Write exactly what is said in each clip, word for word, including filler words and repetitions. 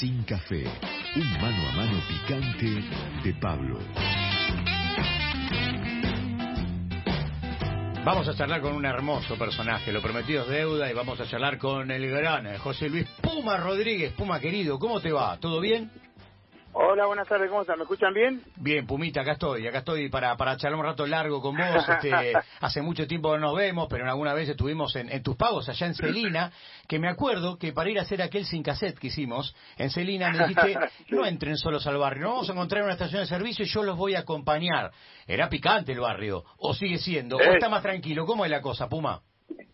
Sin Café, un mano a mano picante de Pablo. Vamos a charlar con un hermoso personaje, lo prometido es deuda, y vamos a charlar con el gran José Luis Puma Rodríguez. Puma querido, ¿cómo te va? ¿Todo bien? Hola, buenas tardes, ¿cómo están? ¿Me escuchan bien? Bien, Pumita, acá estoy, acá estoy para, para charlar un rato largo con vos. Este, hace mucho tiempo que no nos vemos, pero en alguna vez estuvimos en, en tus pagos allá en Celina, que me acuerdo que para ir a hacer aquel sin cassette que hicimos en Celina me dijiste, no entren solos al barrio, no vamos a encontrar una estación de servicio y yo los voy a acompañar. Era picante el barrio, o sigue siendo, o está más tranquilo, ¿cómo es la cosa, Puma?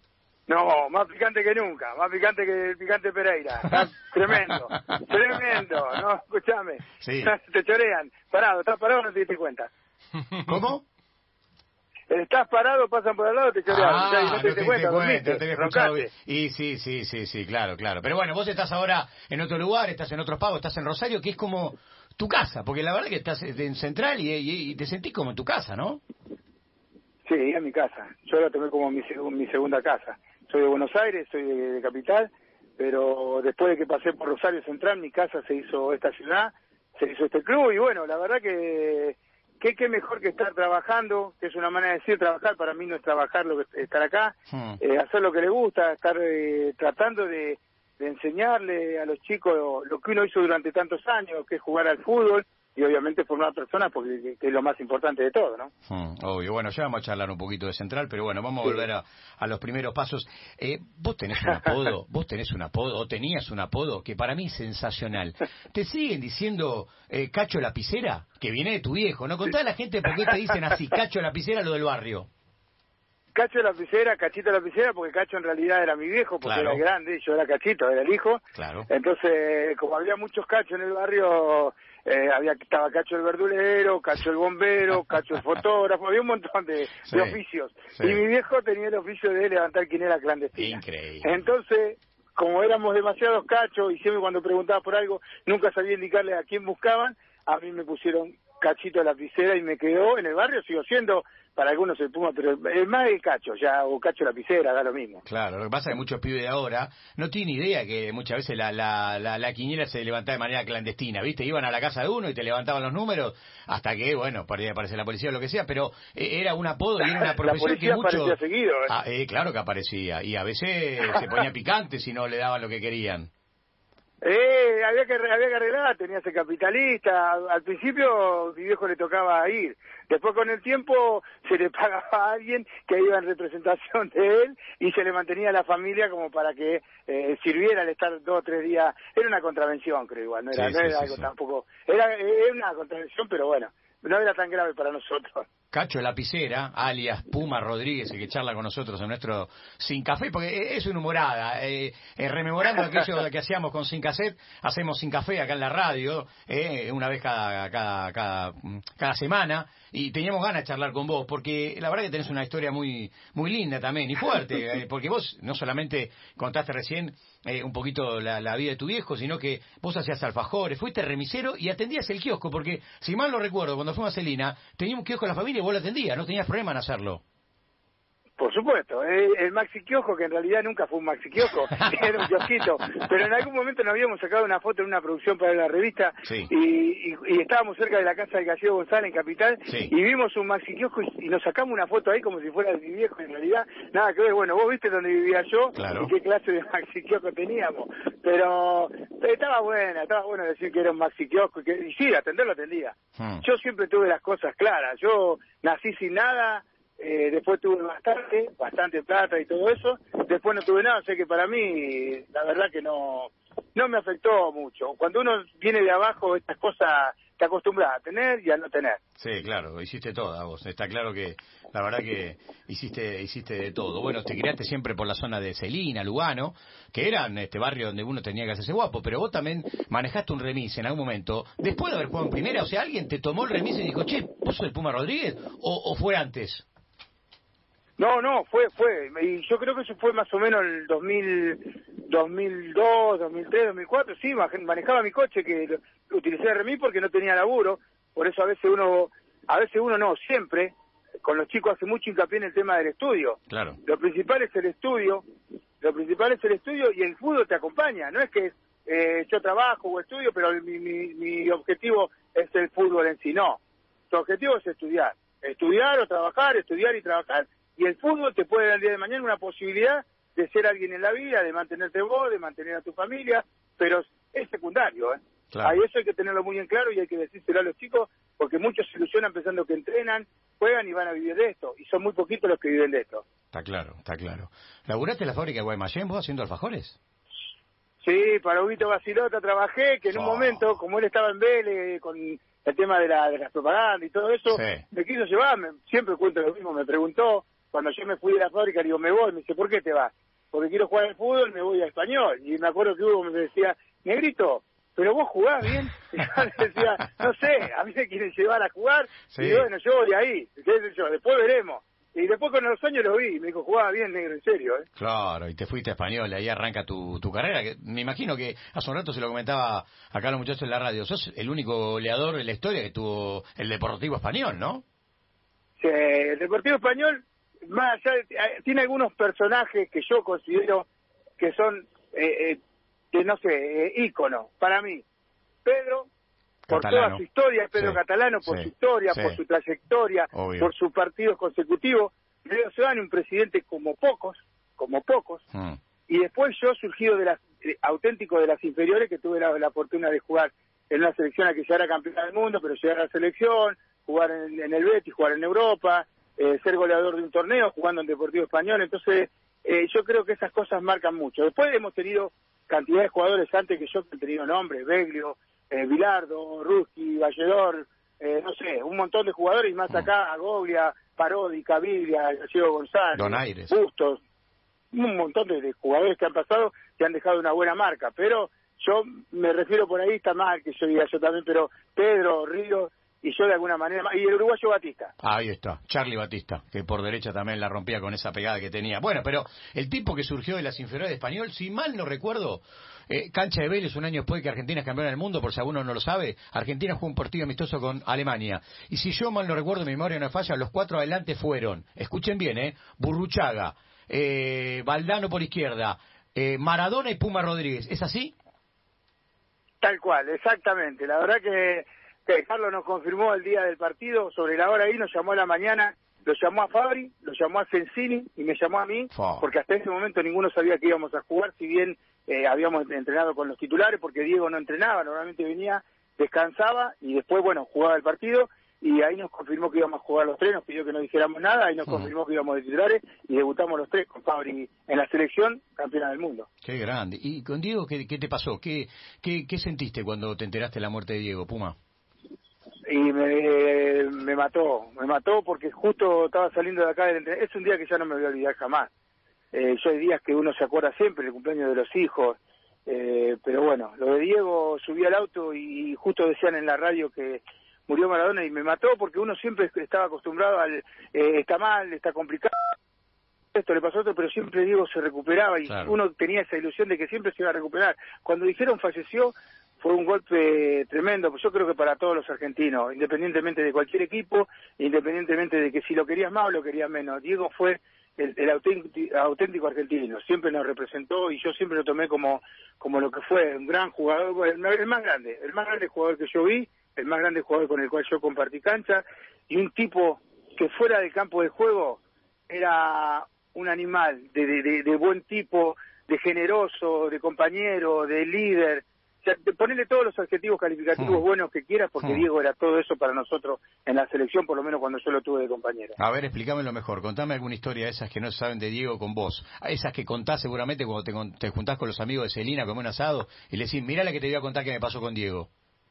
No, más picante que nunca, más picante que el picante Pereira. Está tremendo, tremendo, no, escúchame. Sí. Te chorean, parado, estás parado, no te diste cuenta. ¿Cómo? Estás parado, pasan por al lado, te chorean. Ah, o sea, y no te no te diste cuenta, cuenta, no te había escuchado bien. roncaste. Y sí, sí, sí, sí, claro, claro. Pero bueno, vos estás ahora en otro lugar, estás en otros pagos, estás en Rosario, que es como tu casa, porque la verdad que estás en Central y, y, y te sentís como en tu casa, ¿no? Sí, es mi casa. Yo la tomé como mi, seg- mi segunda casa. Soy de Buenos Aires, soy de, de Capital, pero después de que pasé por Rosario Central, mi casa se hizo esta ciudad, se hizo este club, y bueno, la verdad que que qué mejor que estar trabajando, que es una manera de decir trabajar, para mí no es trabajar lo que es estar acá, Hmm. eh, hacer lo que le gusta, estar eh, tratando de, de enseñarle a los chicos lo, lo que uno hizo durante tantos años, que es jugar al fútbol, y obviamente formar personas, porque que, que es lo más importante de todo, ¿no? Hmm, obvio, bueno, ya vamos a charlar un poquito de Central, pero bueno, vamos a Sí. volver a, a los primeros pasos. Eh, vos tenés un apodo, vos tenés un apodo, o tenías un apodo que para mí es sensacional. ¿Te siguen diciendo eh, Cacho Lapicera? Que viene de tu viejo, ¿no? Contá a la gente por qué te dicen así, Cacho Lapicera, lo del barrio. Cacho Lapicera, Cachito Lapicera, porque Cacho en realidad era mi viejo, porque Claro. era grande, y yo era Cachito, era el hijo. Claro. Entonces, como había muchos Cachos en el barrio, eh, había estaba Cacho el verdulero, Cacho el bombero, Cacho el fotógrafo, había un montón de, Sí. de oficios. Sí. Y mi viejo tenía el oficio de levantar quinela clandestina. Increíble. Entonces, como éramos demasiados Cachos, y siempre cuando preguntaba por algo, nunca sabía indicarle a quién buscaban, a mí me pusieron Cachito Lapicera y me quedó en el barrio, sigo siendo, para algunos el Puma, pero es más el Cacho, ya, o Cacho Lapicera, da lo mismo. Claro, lo que pasa es que muchos pibes de ahora no tienen idea que muchas veces la, la, la, la quiniela se levantaba de manera clandestina, ¿viste? Iban a la casa de uno y te levantaban los números hasta que, bueno, podía aparecer la policía o lo que sea, pero eh, era un apodo y era una profesión policía que muchos... aparecía seguido, ¿eh? Ah, eh, claro que aparecía, y a veces se ponía picante si no le daban lo que querían. Eh, había que había que arreglar, tenía ese capitalista, al principio mi viejo le tocaba ir, después con el tiempo se le pagaba a alguien que iba en representación de él y se le mantenía a la familia como para que eh, sirviera el estar dos o tres días, era una contravención creo igual, no era, Sí, no sí, era sí, algo sí. tampoco, era, era una contravención pero bueno, no era tan grave para nosotros. Cacho Lapicera, alias Puma Rodríguez, el que charla con nosotros en nuestro Sin Café, porque es una humorada, eh, eh, rememorando aquello que hacíamos con Sin Cassette, hacemos Sin Café acá en la radio, eh, una vez cada, cada, cada, cada semana, y teníamos ganas de charlar con vos, porque la verdad que tenés una historia muy, muy linda también, y fuerte, eh, porque vos no solamente contaste recién eh, un poquito la, la vida de tu viejo, sino que vos hacías alfajores, fuiste remisero y atendías el kiosco, porque si mal no recuerdo, cuando fuimos a Celina, tenía un kiosco en la familia y vos lo atendías, no tenías problema en hacerlo. Por supuesto, eh, el Maxi Kiosco, que en realidad nunca fue un Maxi Kiosco, era un kiosquito, pero en algún momento nos habíamos sacado una foto en una producción para la revista Sí. y, y, y estábamos cerca de la casa del Gallego González en Capital Sí. y vimos un Maxi Kiosco y, y nos sacamos una foto ahí como si fuera de mi viejo, en realidad nada que ver, bueno, vos viste dónde vivía yo Claro. y qué clase de Maxi Kiosco teníamos, pero, pero estaba buena, estaba bueno decir que era un Maxi Kiosco y, que, y sí, atenderlo atendía. Hmm. Yo siempre tuve las cosas claras, yo nací sin nada. Eh, después tuve bastante, bastante plata y todo eso, después no tuve nada, o sea que para mí, la verdad que no no me afectó mucho. Cuando uno viene de abajo, estas cosas te acostumbras a tener y a no tener. Sí, claro, hiciste toda vos, está claro que la verdad que hiciste hiciste de todo. Bueno, te criaste siempre por la zona de Celina, Lugano, que eran este barrio donde uno tenía que hacerse guapo, pero vos también manejaste un remis en algún momento, después de haber jugado en primera, o sea, alguien te tomó el remis y dijo, che, ¿vos sos el Puma Rodríguez? ¿O, o fue antes? No, no, fue, fue, y yo creo que eso fue más o menos el dos mil, dos mil dos, dos mil tres, dos mil cuatro, sí, manejaba mi coche, que lo, lo utilicé de remis porque no tenía laburo, por eso a veces uno, a veces uno no, siempre, con los chicos hace mucho hincapié en el tema del estudio. Claro. Lo principal es el estudio, lo principal es el estudio y el fútbol te acompaña, no es que eh, yo trabajo o estudio, pero mi, mi, mi objetivo es el fútbol en sí. No, tu objetivo es estudiar. Estudiar o trabajar, estudiar y trabajar. Y el fútbol te puede dar el día de mañana una posibilidad de ser alguien en la vida, de mantenerte vos, de mantener a tu familia, pero es secundario, ¿eh? Claro. Ahí eso hay que tenerlo muy en claro y hay que decírselo a los chicos, porque muchos se ilusionan pensando que entrenan, juegan y van a vivir de esto, y son muy poquitos los que viven de esto. Está claro, está claro. ¿Laburaste en la fábrica de Guaymallén vos haciendo alfajores? Sí, para Huguito Basilota trabajé, que en un Oh. momento, como él estaba en Vélez, con el tema de, la, de las propagandas y todo eso, Sí. me quiso llevar, me, siempre cuento lo mismo, me preguntó, cuando yo me fui de la fábrica, le digo, me voy, me dice, ¿por qué te vas? Porque quiero jugar al fútbol, me voy a Español. Y me acuerdo que Hugo me decía, Negrito, pero vos jugás bien. Y yo le decía, no sé, a mí me quieren llevar a jugar, Sí. y bueno, yo voy ahí, qué sé yo, después veremos. Y después con los años lo vi, y me dijo, jugaba bien, negro, en serio, ¿eh? Claro, y te fuiste a Español, ahí arranca tu, tu carrera, que me imagino que hace un rato se lo comentaba acá a los muchachos en la radio, sos el único goleador en la historia que tuvo el Deportivo Español, ¿no? Sí, el Deportivo Español, más allá, de- tiene algunos personajes que yo considero que son, eh, eh, que no sé, eh, íconos para mí. Pedro, por Catalano. toda su historia, Pedro Sí, Catalano, por sí, su historia, sí. por su trayectoria, Obvio. por sus partidos consecutivos. Leo Sebane, un presidente como pocos, como pocos, Mm. y después yo surgido de las, eh, auténtico de las inferiores, que tuve la, la fortuna de jugar en una selección a que ya era campeona del mundo, pero llegar a la selección, jugar en, en el Betis, jugar en Europa, eh, ser goleador de un torneo, jugando en Deportivo Español. Entonces, eh, yo creo que esas cosas marcan mucho. Después hemos tenido cantidad de jugadores antes que yo que han tenido nombres, Beglio, eh, Bilardo, Ruski, Valledor, eh, no sé, un montón de jugadores, y más Mm. acá, Agoglia, Parodi, Caviglia, Gallego González, Donaires. Bustos, un montón de, de jugadores que han pasado que han dejado una buena marca, pero yo me refiero por ahí, está mal que yo diga yo también, pero Pedro, Río y yo de alguna manera, y el uruguayo Batista. Ahí está, Charlie Batista, que por derecha también la rompía con esa pegada que tenía. Bueno, pero el tipo que surgió de las inferiores de Español, si mal no recuerdo, eh, cancha de Vélez un año después que Argentina es campeona del mundo, por si alguno no lo sabe, Argentina jugó un partido amistoso con Alemania. Y si yo mal no recuerdo, mi memoria no falla, los cuatro adelante fueron, escuchen bien, eh, Burruchaga, eh, Valdano por izquierda, eh, Maradona y Puma Rodríguez. ¿Es así? Tal cual, exactamente. La verdad que, que Carlos nos confirmó el día del partido, sobre la hora ahí, nos llamó a la mañana, lo llamó a Fabri, lo llamó a Sensini y me llamó a mí, Fa. porque hasta ese momento ninguno sabía que íbamos a jugar, si bien eh, habíamos entrenado con los titulares, porque Diego no entrenaba, normalmente venía, descansaba y después, bueno, jugaba el partido. Y ahí nos confirmó que íbamos a jugar los tres, nos pidió que no dijéramos nada, ahí nos Mm. confirmó que íbamos de titulares y debutamos los tres con Fabri en la selección, campeona del mundo. Qué grande. ¿Y con Diego qué, qué te pasó? ¿Qué, qué, ¿Qué sentiste cuando te enteraste de la muerte de Diego, Puma? Y me, me mató, me mató porque justo estaba saliendo de acá del entrenamiento. Es un día que ya no me voy a olvidar jamás. Eh, yo hay días que uno se acuerda siempre, el cumpleaños de los hijos, eh, pero bueno, lo de Diego, subí al auto y justo decían en la radio que murió Maradona y me mató porque uno siempre estaba acostumbrado al, eh, está mal, está complicado, esto le pasó a otro, pero siempre Diego se recuperaba y Claro. uno tenía esa ilusión de que siempre se iba a recuperar. Cuando dijeron falleció, fue un golpe tremendo, pues yo creo que para todos los argentinos, independientemente de cualquier equipo, independientemente de que si lo querías más o lo querías menos. Diego fue el, el auténtico, auténtico argentino, siempre nos representó y yo siempre lo tomé como, como lo que fue, un gran jugador, el, el más grande, el más grande jugador que yo vi, el más grande jugador con el cual yo compartí cancha, y un tipo que fuera del campo de juego era un animal, de, de, de, de buen tipo, de generoso, de compañero, de líder. O sea, de ponerle todos los adjetivos calificativos Mm. buenos que quieras, porque Mm. Diego era todo eso para nosotros en la selección, por lo menos cuando yo lo tuve de compañero. A ver, explícamelo mejor. Contame alguna historia de esas que no saben de Diego con vos. A esas que contás seguramente cuando te, con- te juntás con los amigos de Celina a comer un asado y le decís, mirá la que te voy a contar que me pasó con Diego.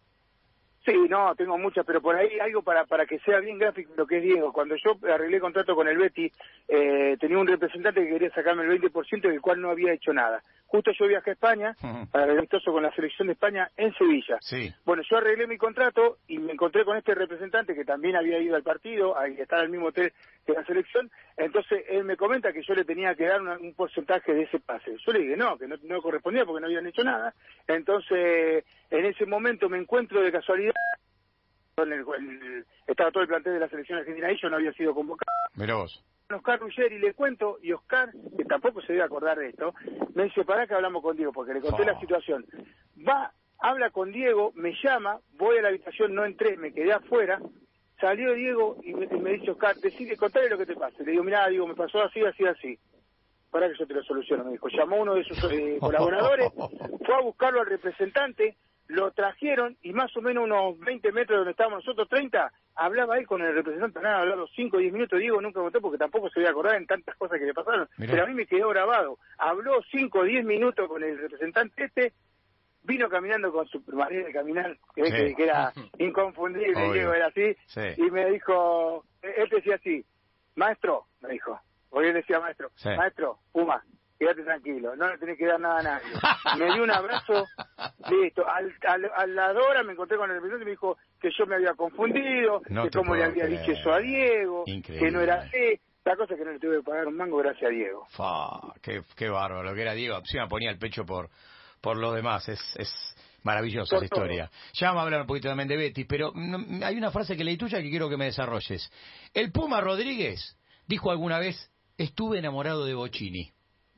Sí, no, tengo muchas, pero por ahí algo para para que sea bien gráfico lo que es Diego. Cuando yo arreglé contrato con el Betis, eh, tenía un representante que quería sacarme el veinte por ciento, del cual no había hecho nada. Justo yo viajé a España, Ujú. para el amistoso con la selección de España en Sevilla. Sí. Bueno, yo arreglé mi contrato y me encontré con este representante que también había ido al partido, a estar al mismo hotel que la selección. Entonces él me comenta que yo le tenía que dar una- un porcentaje de ese pase. Yo le dije no, que no, no correspondía porque no habían hecho nada. Entonces en ese momento me encuentro de casualidad, en el, el- estaba todo el plantel de la selección argentina ahí, yo no había sido convocado. Mirá vos. Oscar Ruggeri, le cuento, y Oscar, que tampoco se debe acordar de esto, me dice, pará que hablamos con Diego, porque le conté oh. la situación. Va, habla con Diego, me llama, voy a la habitación, no entré, me quedé afuera, salió Diego y me, y me dice, Oscar, decide, contale lo que te pasa. Le digo, mirá, Diego, me pasó así, así, así. Para que yo te lo soluciono, me dijo. Llamó a uno de sus eh, colaboradores, fue a buscarlo al representante, lo trajeron y más o menos unos veinte metros de donde estábamos nosotros, treinta, hablaba él con el representante, nada, hablaba cinco o diez minutos, Diego nunca contó porque tampoco se iba a acordar en tantas cosas que le pasaron, Mirá. Pero a mí me quedó grabado. Habló cinco o diez minutos con el representante este, vino caminando con su manera de caminar, que, sí. que, que era inconfundible, Obvio. Diego era así, sí. y me dijo, él decía así, maestro, me dijo, porque él decía maestro, sí. maestro, Puma, quédate tranquilo, no le tenés que dar nada a nadie. Me dio un abrazo, listo. Al, al, a la hora me encontré con el representante y me dijo que yo me había confundido, no que cómo le había creer. dicho eso a Diego, Increíble. que no era así. La cosa es que no le tuve que pagar un mango gracias a Diego. Fa, qué, qué bárbaro, lo que era Diego. Sí me ponía el pecho por por los demás, es... es... maravillosa esa historia. Ya vamos a hablar un poquito también de Betis, pero no, hay una frase que leí tuya que quiero que me desarrolles. El Puma Rodríguez dijo alguna vez, estuve enamorado de Bocchini.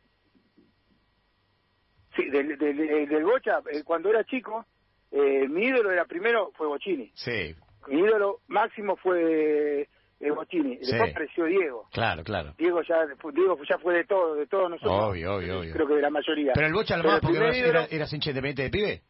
Sí, del, del, del, del Bocha, eh, cuando era chico, eh, mi ídolo era primero fue Bocchini. Sí. Mi ídolo máximo fue eh, Bocchini. Después sí. apareció Diego. Claro, claro. Diego ya, Diego ya fue de todo, de todos nosotros. Obvio, obvio, obvio. Creo que de la mayoría. Pero el Bocha al más, porque ídolo, era, eras hincha independiente de pibe.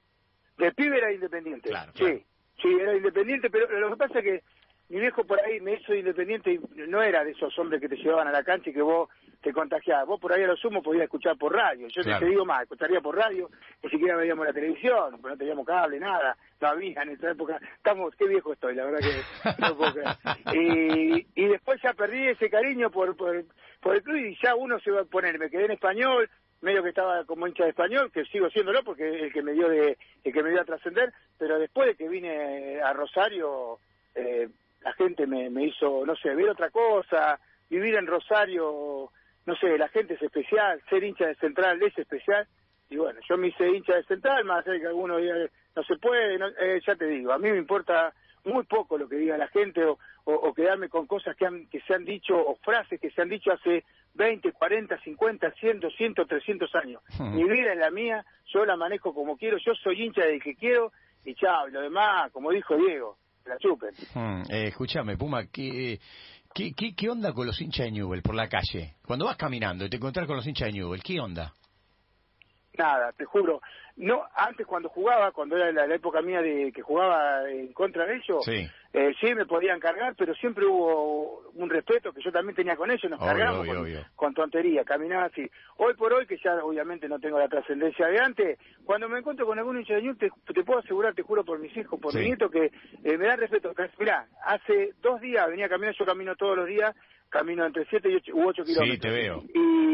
De pibe era independiente. Claro, claro. Sí, sí, era independiente, pero lo que pasa es que mi viejo por ahí me hizo independiente y no era de esos hombres que te llevaban a la cancha y que vos te contagiabas. Vos por ahí a lo sumo podías escuchar por radio. Yo claro. te digo más, escucharía por radio, ni siquiera veíamos la televisión, no teníamos cable, nada. No había en esa época. Estamos, qué viejo estoy, la verdad que no puedo creer. Y, y después ya perdí ese cariño por, por, por el club y ya uno se va a poner. Me quedé en Español, medio que estaba como hincha de Español, que sigo siéndolo porque es el que me dio de, el que me dio a trascender, pero después de que vine a Rosario, eh, la gente me, me hizo, no sé, ver otra cosa, vivir en Rosario, no sé, la gente es especial, ser hincha de Central es especial, y bueno, yo me hice hincha de Central, más allá de que algunos digan, no se puede, no, eh, ya te digo, a mí me importa muy poco lo que diga la gente, o, o, o quedarme con cosas que, han, que se han dicho, o frases que se han dicho hace veinte, cuarenta, cincuenta, cien, doscientos, trescientos años. Hmm. Mi vida es la mía, yo la manejo como quiero, yo soy hincha del que quiero, y chao, y lo demás, como dijo Diego, la chupen. Hmm. Eh, escúchame, Puma, ¿qué, qué, qué, ¿qué onda con los hinchas de Newell por la calle? Cuando vas caminando y te encontrás con los hinchas de Newell, ¿qué onda? Nada, te juro. No, antes cuando jugaba, cuando era la, la época mía de que jugaba en contra de ellos, sí. Eh, sí me podían cargar, pero siempre hubo un respeto que yo también tenía con ellos, nos obvio, cargamos obvio, con, obvio. con tontería, caminaba así. Hoy por hoy, que ya obviamente no tengo la trascendencia de antes, cuando me encuentro con algún hincha de Newell's, te, te puedo asegurar, te juro por mis hijos, por sí. mi nieto, que eh, me dan respeto. Mirá, hace dos días venía caminando, yo camino todos los días, camino entre siete y ocho, u ocho kilómetros. Sí, te veo.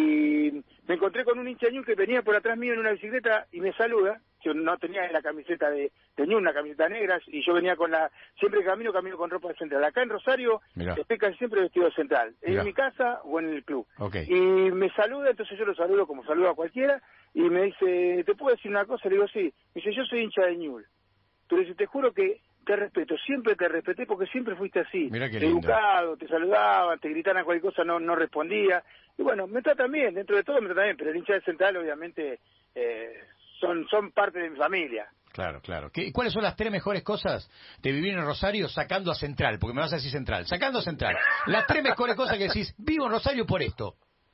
Y me encontré con un hincha de Newell's que venía por atrás mío en una bicicleta y me saluda. Yo no tenía la camiseta de, de Newell's, una camiseta negra, y yo venía con la, siempre que camino, camino con ropa de Central. Acá en Rosario, Mirá. estoy casi siempre vestido de Central, Mirá. en mi casa o en el club. Okay. Y me saluda, entonces yo lo saludo como saludo a cualquiera, y me dice, ¿te puedo decir una cosa? Le digo, sí. Me dice, yo soy hincha de Newell's. Pero dice, te juro que te respeto, siempre te respeté porque siempre fuiste así, educado, te saludaban, te gritaban cualquier cosa, no no respondía, y bueno, me tratan bien, dentro de todo me tratan bien, pero el hincha de Central obviamente eh, son son parte de mi familia. Claro, claro. ¿Qué, ¿Cuáles son las tres mejores cosas de vivir en Rosario sacando a Central? Porque me vas a decir Central, sacando a Central. Las tres mejores cosas que decís, vivo en Rosario por esto.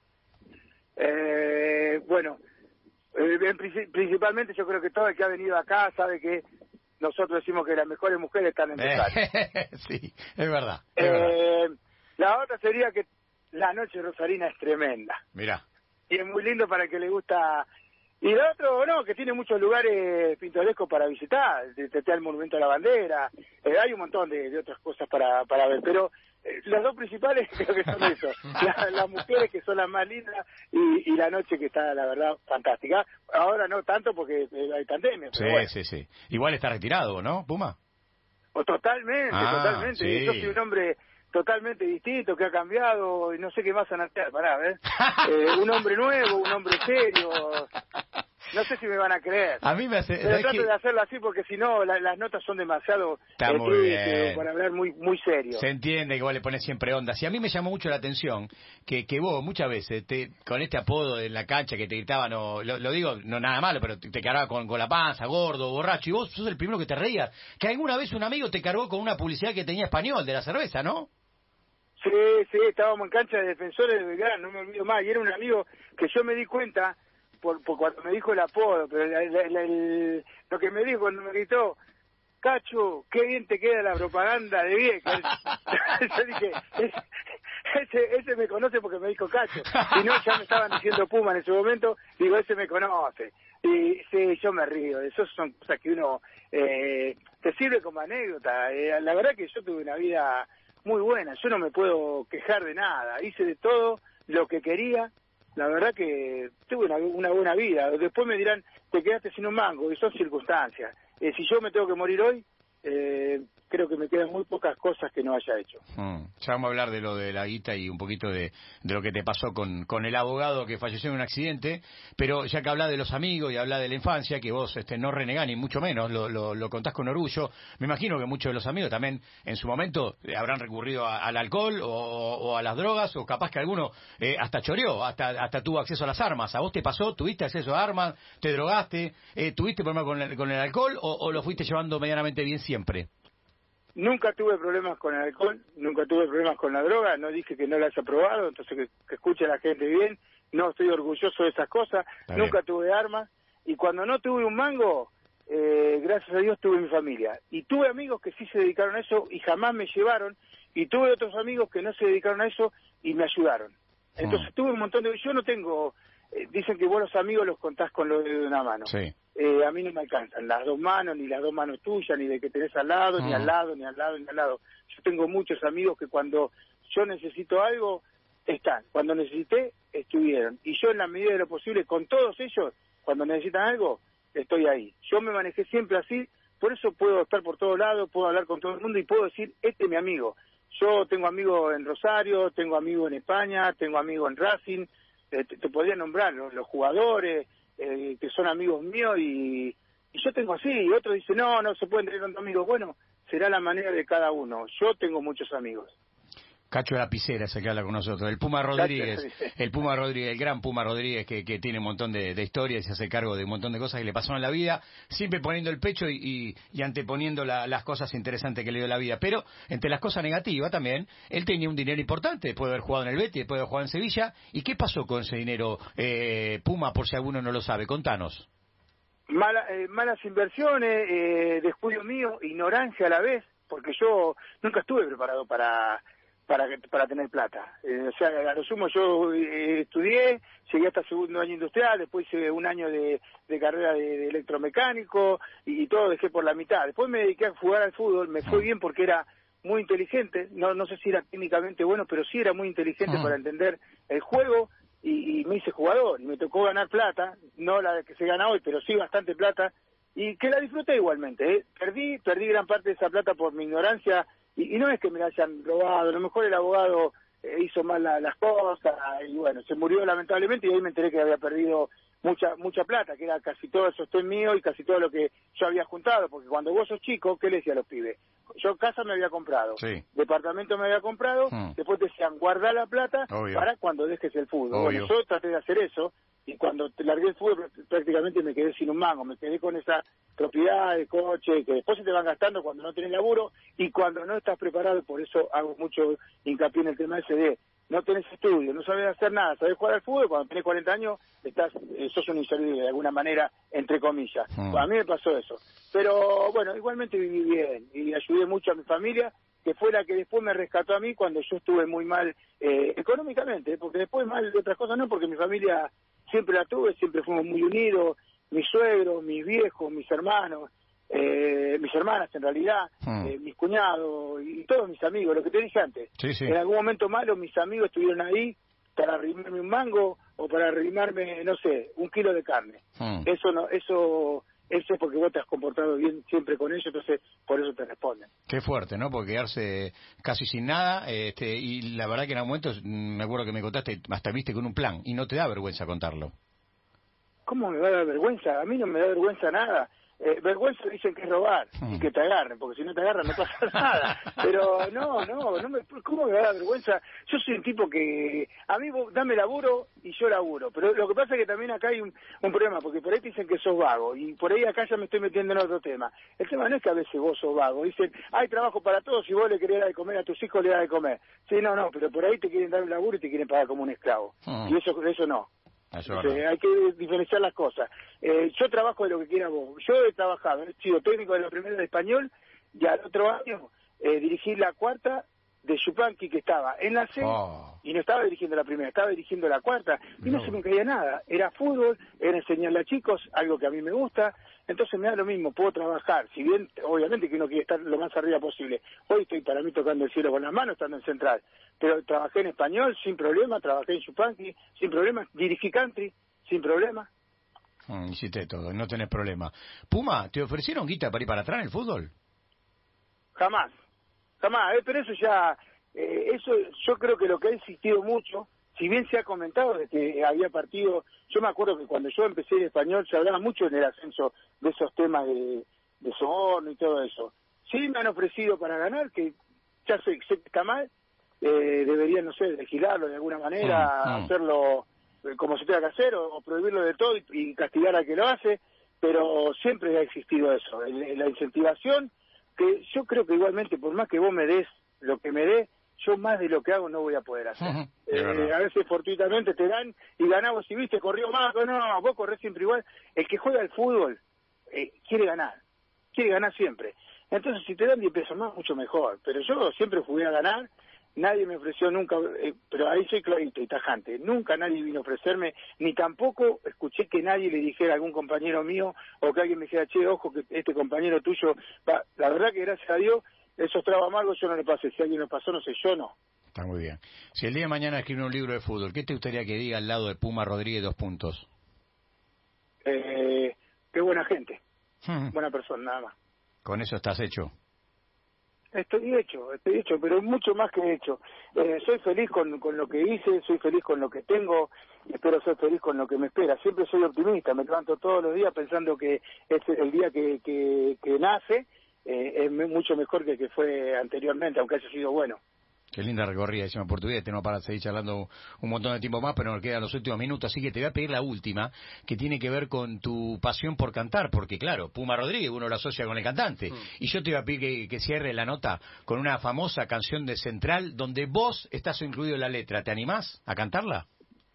Eh, bueno, eh, principalmente yo creo que todo el que ha venido acá sabe que nosotros decimos que las mejores mujeres están en Rosario. Sí, es verdad. Es eh, verdad. La otra sería que la noche rosarina es tremenda. Mirá. Y es muy lindo para el que le gusta. Y el otro, no, que tiene muchos lugares pintorescos para visitar. Está el Monumento a la Bandera. Eh, hay un montón de, de otras cosas para, para ver. Pero eh, los dos principales creo que son eso. La, las mujeres que son las más lindas y, y la noche que está, la verdad, fantástica. Ahora no tanto porque eh, hay pandemia. Sí, bueno. sí, sí. Igual está retirado, ¿no, Puma? O totalmente, ah, totalmente. Sí. Yo soy un hombre totalmente distinto, que ha cambiado, y no sé qué más a nacer, pará, ¿ves? Eh, un hombre nuevo, un hombre serio. No sé si me van a creer. A mí me hace... Pero trato que... de hacerlo así porque si no, la, las notas son demasiado... Está eh, muy bien. Para hablar muy muy serio. Se entiende que vos le pones siempre onda. Si a mí me llamó mucho la atención que, que vos muchas veces, te, con este apodo en la cancha que te gritaban, no, lo, lo digo, no nada malo, pero te, te cargaba con, con la panza, gordo, borracho, y vos sos el primero que te reías. Que alguna vez un amigo te cargó con una publicidad que tenía español de la cerveza, ¿no? Sí, sí, estábamos en cancha de Defensores de Belgrano, no me olvido más, y era un amigo que yo me di cuenta por, por cuando me dijo el apodo, pero la, la, la, el, lo que me dijo cuando me gritó, Cacho, qué bien te queda la propaganda de Vieques. Yo dije, ese, ese me conoce porque me dijo Cacho, y no, ya me estaban diciendo Puma en ese momento, digo, ese me conoce. Y sí, yo me río, eso son cosas que uno eh, te sirve como anécdota. Eh, la verdad que yo tuve una vida muy buena, yo no me puedo quejar de nada, hice de todo lo que quería, la verdad que tuve una, una buena vida. Después me dirán, te quedaste sin un mango, y son circunstancias. Eh, si yo me tengo que morir hoy, eh, creo que me quedan muy pocas cosas que no haya hecho. Hmm. Ya vamos a hablar de lo de la guita y un poquito de, de lo que te pasó con, con el abogado que falleció en un accidente, pero ya que hablas de los amigos y hablas de la infancia, que vos este, no renegás ni mucho menos, lo, lo, lo contás con orgullo, me imagino que muchos de los amigos también en su momento eh, habrán recurrido a, al alcohol o, o a las drogas, o capaz que alguno eh, hasta choreó, hasta, hasta tuvo acceso a las armas. ¿A vos te pasó? ¿Tuviste acceso a armas? ¿Te drogaste? Eh, ¿Tuviste problema con el, con el alcohol o, o lo fuiste llevando medianamente bien siempre? Nunca tuve problemas con el alcohol, nunca tuve problemas con la droga, no dije que no la haya probado, entonces que, que escuche a la gente bien, no estoy orgulloso de esas cosas, Está nunca bien. tuve armas, y cuando no tuve un mango, eh, gracias a Dios tuve mi familia. Y tuve amigos que sí se dedicaron a eso y jamás me llevaron, y tuve otros amigos que no se dedicaron a eso y me ayudaron. Entonces Hmm. tuve un montón de... Yo no tengo... Eh, dicen que vos los amigos los contás con los dedos de una mano. Sí. Eh, a mí no me alcanzan las dos manos, ni las dos manos tuyas, ni de que tenés al lado, Mm. ni al lado, ni al lado, ni al lado. Yo tengo muchos amigos que cuando yo necesito algo, están. Cuando necesité, estuvieron. Y yo en la medida de lo posible, con todos ellos, cuando necesitan algo, estoy ahí. Yo me manejé siempre así, por eso puedo estar por todos lados, puedo hablar con todo el mundo y puedo decir, este es mi amigo. Yo tengo amigos en Rosario, tengo amigos en España, tengo amigos en Racing, eh, te, te podría nombrar los, los jugadores, Eh, que son amigos míos y, y yo tengo así, y otros dicen, no, no se pueden tener tantos amigos. Bueno, será la manera de cada uno. Yo tengo muchos amigos. Cacho Lapicera se que habla con nosotros, el Puma Rodríguez, el Puma Rodríguez, el gran Puma Rodríguez que, que tiene un montón de, de historias y se hace cargo de un montón de cosas que le pasaron en la vida, siempre poniendo el pecho y, y, y anteponiendo la, las cosas interesantes que le dio la vida. Pero entre las cosas negativas también, él tenía un dinero importante después de haber jugado en el Betis, después de haber jugado en Sevilla. ¿Y qué pasó con ese dinero, eh, Puma, por si alguno no lo sabe? Contanos. Mala, eh, malas inversiones, eh, descuido mío, ignorancia a la vez, porque yo nunca estuve preparado para... para para tener plata. Eh, o sea, a lo sumo yo eh, estudié, llegué hasta segundo año industrial, después hice un año de, de carrera de, de electromecánico y, y todo dejé por la mitad. Después me dediqué a jugar al fútbol, me fue bien porque era muy inteligente, no no sé si era técnicamente bueno, pero sí era muy inteligente Ah. para entender el juego y, y me hice jugador y me tocó ganar plata, no la que se gana hoy, pero sí bastante plata y que la disfruté igualmente. ¿eh? Perdí, perdí gran parte de esa plata por mi ignorancia. Y, y no es que me la hayan robado, a lo mejor el abogado eh, hizo mal la, las cosas, y bueno, se murió lamentablemente, y ahí me enteré que había perdido mucha mucha plata, que era casi todo el sostén mío y casi todo lo que yo había juntado, porque cuando vos sos chico, ¿qué le decía a los pibes? Yo casa me había comprado, Sí. departamento me había comprado, Hmm. después te decían, guardá la plata Obvio. para cuando dejes el fútbol. Obvio. Bueno, yo traté de hacer eso, y cuando te largué el fútbol pr- prácticamente me quedé sin un mango, me quedé con esa propiedad de coche que después se te van gastando cuando no tenés laburo y cuando no estás preparado. Por eso hago mucho hincapié en el tema ese de no tenés estudio, no sabés hacer nada, sabés jugar al fútbol, cuando tenés cuarenta años estás, eh, sos un inservible de alguna manera, entre comillas. Mm. Bueno, a mí me pasó eso, pero bueno, igualmente viví bien y ayudé mucho a mi familia, que fue la que después me rescató a mí cuando yo estuve muy mal eh, económicamente, porque después mal de otras cosas no, porque mi familia siempre la tuve, siempre fuimos muy unidos, mis suegros, mis viejos, mis hermanos, eh, mis hermanas en realidad, Hmm. eh, mis cuñados y todos mis amigos, lo que te dije antes. Sí, sí. En algún momento malo mis amigos estuvieron ahí para arrimarme un mango o para arrimarme, no sé, un kilo de carne. Hmm. Eso no, eso, eso es porque vos te has comportado bien siempre con ellos, entonces por eso te responden. Qué fuerte, ¿no? Porque quedarse casi sin nada, este, y la verdad que en algún momento, mm, me acuerdo que me contaste, hasta viste con un plan, y no te da vergüenza contarlo. ¿Cómo me va a dar vergüenza? A mí no me da vergüenza nada. Eh, vergüenza dicen que es robar y que te agarren, porque si no te agarran no pasa nada. Pero no, no, no me, ¿cómo me va a dar vergüenza? Yo soy un tipo que, a mí vos dame laburo y yo laburo. Pero lo que pasa es que también acá hay un, un problema, porque por ahí te dicen que sos vago, y por ahí acá ya me estoy metiendo en otro tema. El tema no es que a veces vos sos vago, dicen, hay trabajo para todos, si vos le querés dar de comer a tus hijos, le das de comer. Sí, no, no, pero por ahí te quieren dar un laburo y te quieren pagar como un esclavo. Hmm. Y eso, eso no. Eso eh, hay que diferenciar las cosas. Eh, yo trabajo de lo que quiera vos. Yo he trabajado, he sido técnico de la primera de español, y al otro año eh, dirigí la cuarta de Yupanqui, que estaba en la C, oh. y no estaba dirigiendo la primera, estaba dirigiendo la cuarta, y no, no se me caía nada. Era fútbol, era enseñarle a chicos, algo que a mí me gusta, entonces me da lo mismo, puedo trabajar, si bien obviamente que uno quiere estar lo más arriba posible. Hoy estoy para mí tocando el cielo con las manos, estando en Central, pero trabajé en español sin problema, trabajé en Yupanqui sin problema, dirigí country sin problema. Mm, hiciste todo, no tenés problema. Puma, ¿te ofrecieron guita para ir para atrás en el fútbol? Jamás. Jamás, eh, pero eso ya, eh, eso yo creo que lo que ha existido mucho, si bien se ha comentado de que había partido, yo me acuerdo que cuando yo empecé en español se hablaba mucho en el ascenso de esos temas de, de soborno y todo eso. Sí me han ofrecido para ganar, que ya sé, sé que está mal, eh, deberían, no sé, legislarlo de alguna manera, mm, mm. hacerlo eh, como se tenga que hacer, o, o prohibirlo de todo y, y castigar al que lo hace, pero siempre ha existido eso, el, la incentivación, que yo creo que igualmente, por más que vos me des lo que me dé, yo más de lo que hago no voy a poder hacer. Uh-huh. eh, a veces fortuitamente te dan y ganamos, y viste, corrió más, no, no, vos corres siempre igual. El que juega al fútbol eh, quiere ganar, quiere ganar siempre. Entonces, si te dan diez pesos más, mucho mejor. Pero yo siempre jugué a ganar, nadie me ofreció nunca, eh, pero ahí soy clarito y tajante, nunca nadie vino a ofrecerme, ni tampoco escuché que nadie le dijera a algún compañero mío, o que alguien me dijera, che, ojo, que este compañero tuyo, va. La verdad que gracias a Dios, esos tragos amargos yo no le pasé, si alguien lo pasó, no sé, yo no. Está muy bien. Si el día de mañana escribe un libro de fútbol, ¿qué te gustaría que diga al lado de Puma Rodríguez, dos puntos? Eh, qué buena gente, hmm. buena persona, nada más. ¿Con eso estás hecho? Estoy hecho, estoy hecho, pero mucho más que hecho. Eh, soy feliz con, con lo que hice, soy feliz con lo que tengo, espero ser feliz con lo que me espera. Siempre soy optimista, me levanto todos los días pensando que este es el día que, que, que nace, eh, es mucho mejor que el que fue anteriormente, aunque haya sido bueno. Qué linda recorrida, decimos portugués, tenemos para seguir charlando un montón de tiempo más, pero nos quedan los últimos minutos, así que te voy a pedir la última, que tiene que ver con tu pasión por cantar, porque claro, Puma Rodríguez uno lo asocia con el cantante, mm. y yo te voy a pedir que, que cierre la nota con una famosa canción de Central, donde vos estás incluido en la letra. ¿Te animás a cantarla?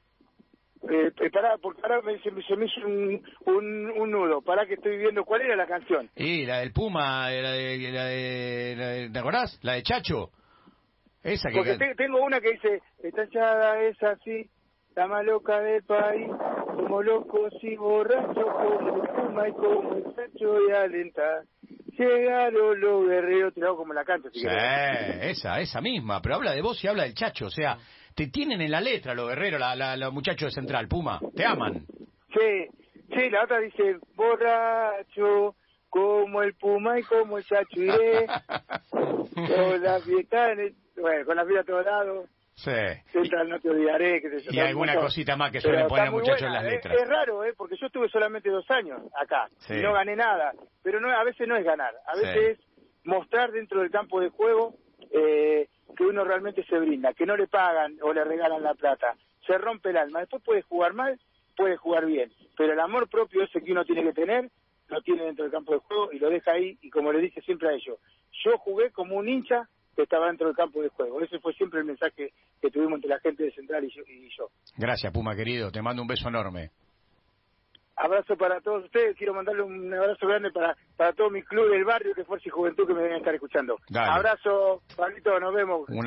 Eh, eh, pará, porque ahora me, se, se me hizo un, un, un nudo, pará que estoy viendo cuál era la canción. Y la del Puma, la de, la de, la de, ¿te acordás? La de Chacho. Esa que Porque te, tengo una que dice, esta hinchada es así, la más loca del país, como locos y borrachos, como el Puma y como el Chacho de alentar. Llegaron los guerreros, te lo hago como la canto. Si sí, querés. esa, esa misma, pero habla de vos y habla del Chacho, o sea, te tienen en la letra los guerreros, la, la, los muchachos de Central, Puma, te aman. Sí, sí, la otra dice, borracho, como el Puma y como el Chacho iré, con la fiesta en el... Bueno, con la vida a todos lados. Sí. Central, no te olvidaré. Que te y alguna montón. Cosita más que suelen poner muchachos en las letras. Es, es raro, ¿eh? Porque yo estuve solamente dos años acá sí. y no gané nada. Pero no, a veces no es ganar. A veces sí. es mostrar dentro del campo de juego eh, que uno realmente se brinda, que no le pagan o le regalan la plata. Se rompe el alma. Después puede jugar mal, puede jugar bien. Pero el amor propio ese que uno tiene que tener, lo tiene dentro del campo de juego y lo deja ahí. Y como le dije siempre a ellos, yo jugué como un hincha que estaba dentro del campo de juego. Ese fue siempre el mensaje que tuvimos entre la gente de Central y yo. Y yo. Gracias, Puma, querido. Te mando un beso enorme. Abrazo para todos ustedes. Quiero mandarle un abrazo grande para, para todo mi club del barrio, que Fuerza y Juventud, que me deben estar escuchando. Dale. Abrazo, Pablito, nos vemos. Un